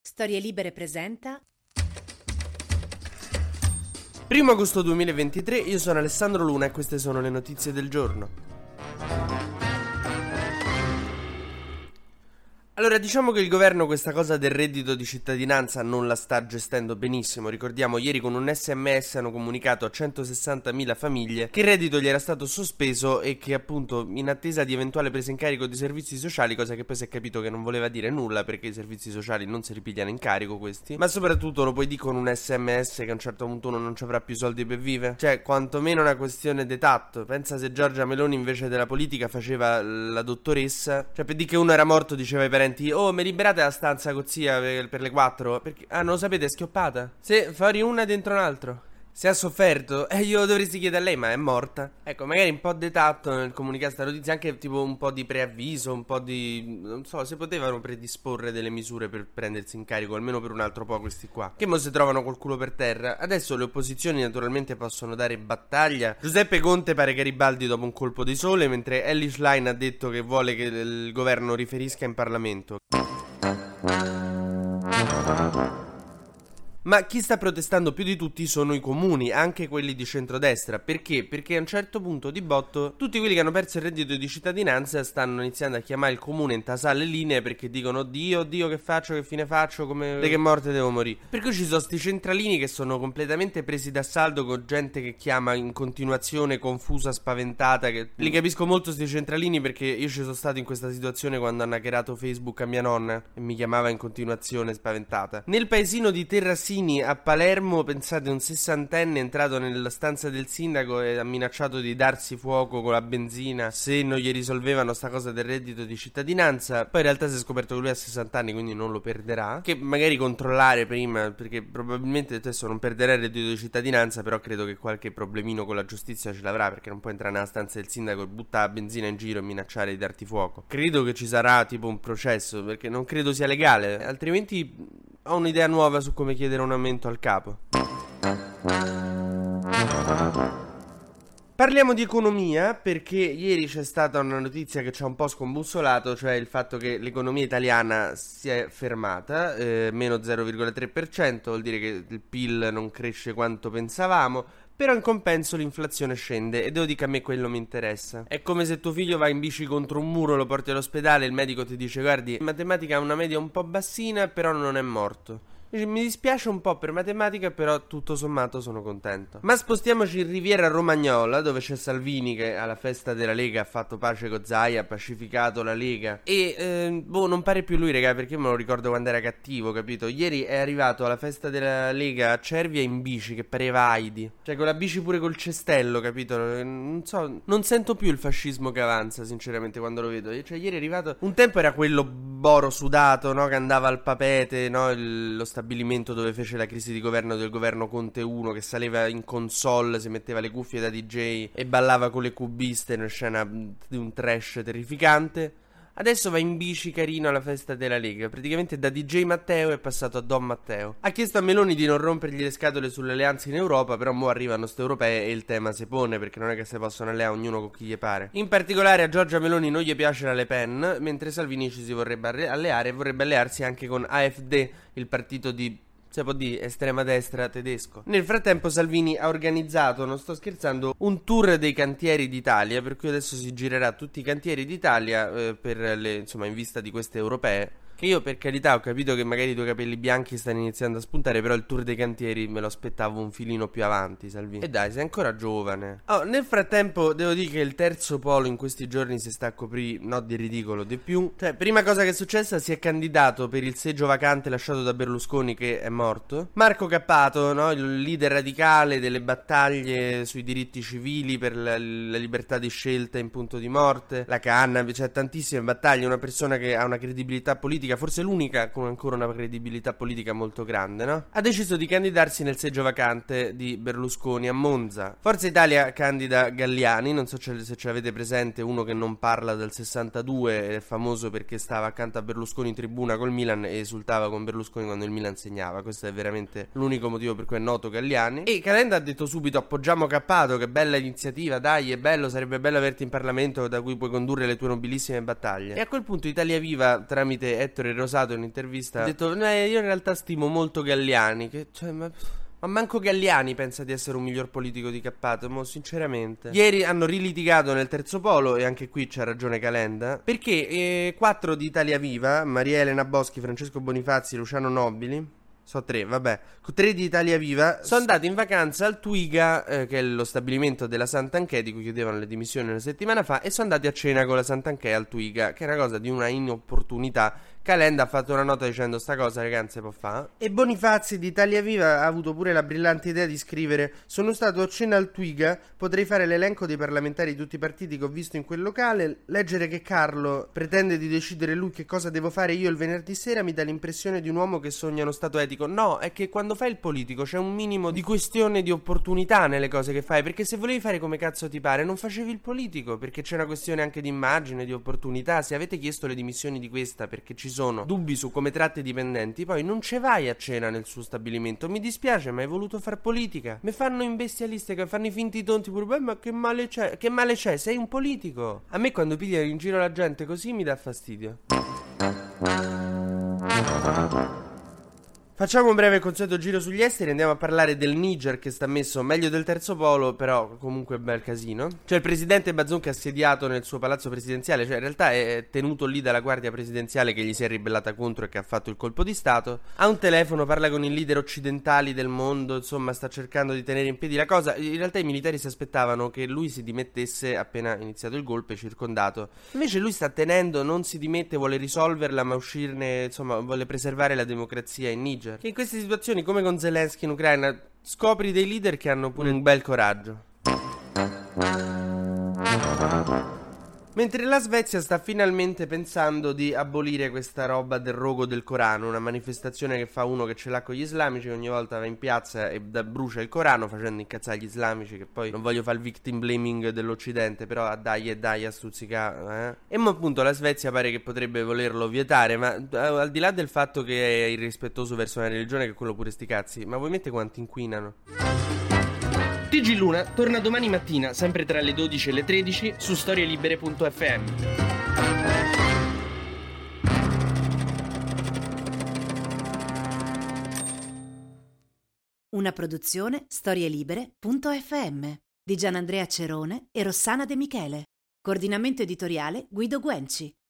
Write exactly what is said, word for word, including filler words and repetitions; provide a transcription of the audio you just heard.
Storie Libere presenta Primo agosto duemilaventitré, io sono Alessandro Luna e queste sono le notizie del giorno. Allora, diciamo che il governo questa cosa del reddito di cittadinanza non la sta gestendo benissimo. Ricordiamo, ieri con un sms hanno comunicato a centosessantamila famiglie che il reddito gli era stato sospeso e che appunto in attesa di eventuale presa in carico di servizi sociali, cosa che poi si è capito che non voleva dire nulla perché i servizi sociali non si ripigliano in carico questi, ma soprattutto lo puoi dire con un sms che a un certo punto uno non ci avrà più soldi per vivere. Cioè, quantomeno una questione di tatto. Pensa se Giorgia Meloni invece della politica faceva la dottoressa, cioè per dire che uno era morto diceva ai parenti: oh, mi liberate la stanza con zia per, per le quattro? Perché, ah, non lo sapete, è schioppata? Sì, fuori una dentro un altro. Se ha sofferto, eh, io dovresti chiedere a lei, ma è morta. Ecco, magari un po' di tatto nel comunicare sta notizia, anche tipo un po' di preavviso, un po' di... non so, se potevano predisporre delle misure per prendersi in carico, almeno per un altro po' questi qua, che mo si trovano col culo per terra. Adesso le opposizioni naturalmente possono dare battaglia. Giuseppe Conte pare Garibaldi dopo un colpo di sole, mentre Elly Schlein ha detto che vuole che il governo riferisca in Parlamento. Ma chi sta protestando più di tutti sono i comuni, anche quelli di centrodestra. Perché? Perché a un certo punto di botto tutti quelli che hanno perso il reddito di cittadinanza stanno iniziando a chiamare il comune in tasale linee perché dicono: oddio, oddio, che faccio, che fine faccio, come de che morte devo morire. Per cui ci sono sti centralini che sono completamente presi d'assalto, con gente che chiama in continuazione, confusa, spaventata. Che... li capisco molto sti centralini, perché io ci sono stato in questa situazione quando hanno hackerato Facebook a mia nonna e mi chiamava in continuazione spaventata. Nel paesino di Terrasini a Palermo, pensate, un sessantenne è entrato nella stanza del sindaco e ha minacciato di darsi fuoco con la benzina se non gli risolvevano sta cosa del reddito di cittadinanza. Poi in realtà si è scoperto che lui ha sessanta anni, quindi non lo perderà. Che magari controllare prima, perché probabilmente adesso non perderà il reddito di cittadinanza, però credo che qualche problemino con la giustizia ce l'avrà, perché non può entrare nella stanza del sindaco e buttare la benzina in giro e minacciare di darti fuoco. Credo che ci sarà tipo un processo, perché non credo sia legale, altrimenti ho un'idea nuova su come chiedere un aumento al capo. Parliamo di economia, perché ieri c'è stata una notizia che ci ha un po' scombussolato, cioè il fatto che l'economia italiana si è fermata, eh, meno zero virgola tre per cento, vuol dire che il P I L non cresce quanto pensavamo. Però in compenso l'inflazione scende e devo dire che a me quello mi interessa. È come se tuo figlio va in bici contro un muro, lo porti all'ospedale e il medico ti dice: guardi, in matematica ha una media un po' bassina, però non è morto. Mi dispiace un po' per matematica, però tutto sommato sono contento. Ma spostiamoci in Riviera Romagnola, dove c'è Salvini che alla festa della Lega ha fatto pace con Zaia, ha pacificato la Lega. E, eh, boh, non pare più lui, raga, perché io me lo ricordo quando era cattivo, capito? Ieri è arrivato alla festa della Lega a Cervia in bici, che pareva Heidi. Cioè, con la bici pure col cestello, capito? Non so, non sento più il fascismo che avanza, sinceramente, quando lo vedo. Cioè, ieri è arrivato... un tempo era quello Boro sudato, no? Che andava al Papete, no? Il, lo stabilimento dove fece la crisi di governo del governo Conte uno, che saleva in console, si metteva le cuffie da D J e ballava con le cubiste in una scena di un trash terrificante. Adesso va in bici carino alla festa della Lega. Praticamente da D J Matteo è passato a Don Matteo. Ha chiesto a Meloni di non rompergli le scatole sulle alleanze in Europa, però mo arrivano ste europee e il tema si pone, perché non è che si possono alleare ognuno con chi gli pare. In particolare a Giorgia Meloni non gli piace la Le Pen, mentre Salvini ci si vorrebbe alleare e vorrebbe allearsi anche con A F D, il partito di... se può dire estrema destra tedesco. Nel frattempo Salvini ha organizzato, non sto scherzando, un tour dei cantieri d'Italia, per cui adesso si girerà tutti i cantieri d'Italia eh, per le, insomma, in vista di queste europee. Che io, per carità, ho capito che magari i tuoi capelli bianchi stanno iniziando a spuntare, però il tour dei cantieri me lo aspettavo un filino più avanti, Salvini. E dai, sei ancora giovane. Oh, nel frattempo devo dire che il terzo polo in questi giorni si sta a coprire, no di ridicolo, di più. Cioè, prima cosa che è successa, si è candidato per il seggio vacante lasciato da Berlusconi, che è morto, Marco Cappato, no? Il leader radicale delle battaglie sui diritti civili, per la, la libertà di scelta in punto di morte, la cannabis, cioè tantissime battaglie, una persona che ha una credibilità politica, forse l'unica con ancora una credibilità politica molto grande, no? Ha deciso di candidarsi nel seggio vacante di Berlusconi a Monza. Forza Italia candida Galliani, non so se ce l'avete presente, uno che non parla dal sessantadue, è famoso perché stava accanto a Berlusconi in tribuna col Milan e esultava con Berlusconi quando il Milan segnava. Questo è veramente l'unico motivo per cui è noto Galliani. E Calenda ha detto subito: appoggiamo Cappato, che bella iniziativa, dai, è bello, sarebbe bello averti in Parlamento da cui puoi condurre le tue nobilissime battaglie. E a quel punto Italia Viva, tramite Ettore Ettore Rosato in un'intervista ha detto eh, io in realtà stimo molto Galliani, che cioè ma... Ma manco Galliani pensa di essere un miglior politico di Cappato, mo sinceramente. Ieri hanno rilitigato nel terzo polo, e anche qui c'ha ragione Calenda, perché eh, quattro di Italia Viva, Maria Elena Boschi, Francesco Bonifazzi, Luciano Nobili, so tre, vabbè, tre di Italia Viva, sono andati in vacanza al Twiga, eh, che è lo stabilimento della Santanchè, di cui chiudevano le dimissioni una settimana fa, e sono andati a cena con la Santanchè al Twiga, che è una cosa di una inopportunità. Calenda ha fatto una nota dicendo sta cosa ragazzi può fa. E Bonifazzi di Italia Viva ha avuto pure la brillante idea di scrivere: sono stato a cena al Twiga, potrei fare l'elenco dei parlamentari di tutti i partiti che ho visto in quel locale, leggere che Carlo pretende di decidere lui che cosa devo fare io il venerdì sera mi dà l'impressione di un uomo che sogna uno stato etico. No, è che quando fai il politico c'è un minimo di questione di opportunità nelle cose che fai, perché se volevi fare come cazzo ti pare non facevi il politico, perché c'è una questione anche di immagine, di opportunità. Se avete chiesto le dimissioni di questa perché ci sono dubbi su come tratta i dipendenti, poi non ce vai a cena nel suo stabilimento. Mi dispiace, ma hai voluto far politica. Mi fanno imbestialistica, fanno i finti tonti pure. Beh, ma che male c'è? Che male c'è? Sei un politico. A me quando pigliano in giro la gente così mi dà fastidio. Facciamo un breve consueto giro sugli esteri, andiamo a parlare del Niger che sta messo meglio del terzo polo, però comunque bel casino. Cioè il presidente Bazoum che è assediato nel suo palazzo presidenziale, cioè in realtà è tenuto lì dalla guardia presidenziale che gli si è ribellata contro e che ha fatto il colpo di stato. Ha un telefono, parla con i leader occidentali del mondo, insomma sta cercando di tenere in piedi la cosa. In realtà i militari si aspettavano che lui si dimettesse appena iniziato il golpe, circondato. Invece lui sta tenendo, non si dimette, vuole risolverla ma uscirne, insomma vuole preservare la democrazia in Niger. Che in queste situazioni, come con Zelensky in Ucraina, scopri dei leader che hanno pure un bel coraggio. Mentre la Svezia sta finalmente pensando di abolire questa roba del rogo del Corano, una manifestazione che fa uno che ce l'ha con gli islamici, che ogni volta va in piazza e da- brucia il Corano facendo incazzare gli islamici, che poi non voglio fare il victim blaming dell'Occidente, però a dai e dai a stuzzicare, eh? E mo appunto la Svezia pare che potrebbe volerlo vietare, ma eh, al di là del fatto che è irrispettoso verso una religione, che quello pure sti cazzi, ma voi mette quanti inquinano? T G Luna torna domani mattina, sempre tra le dodici e le tredici, su storielibere punto effe emme. Una produzione storielibere punto effe emme di Gianandrea Cerone e Rossana De Michele. Coordinamento editoriale Guido Guenci.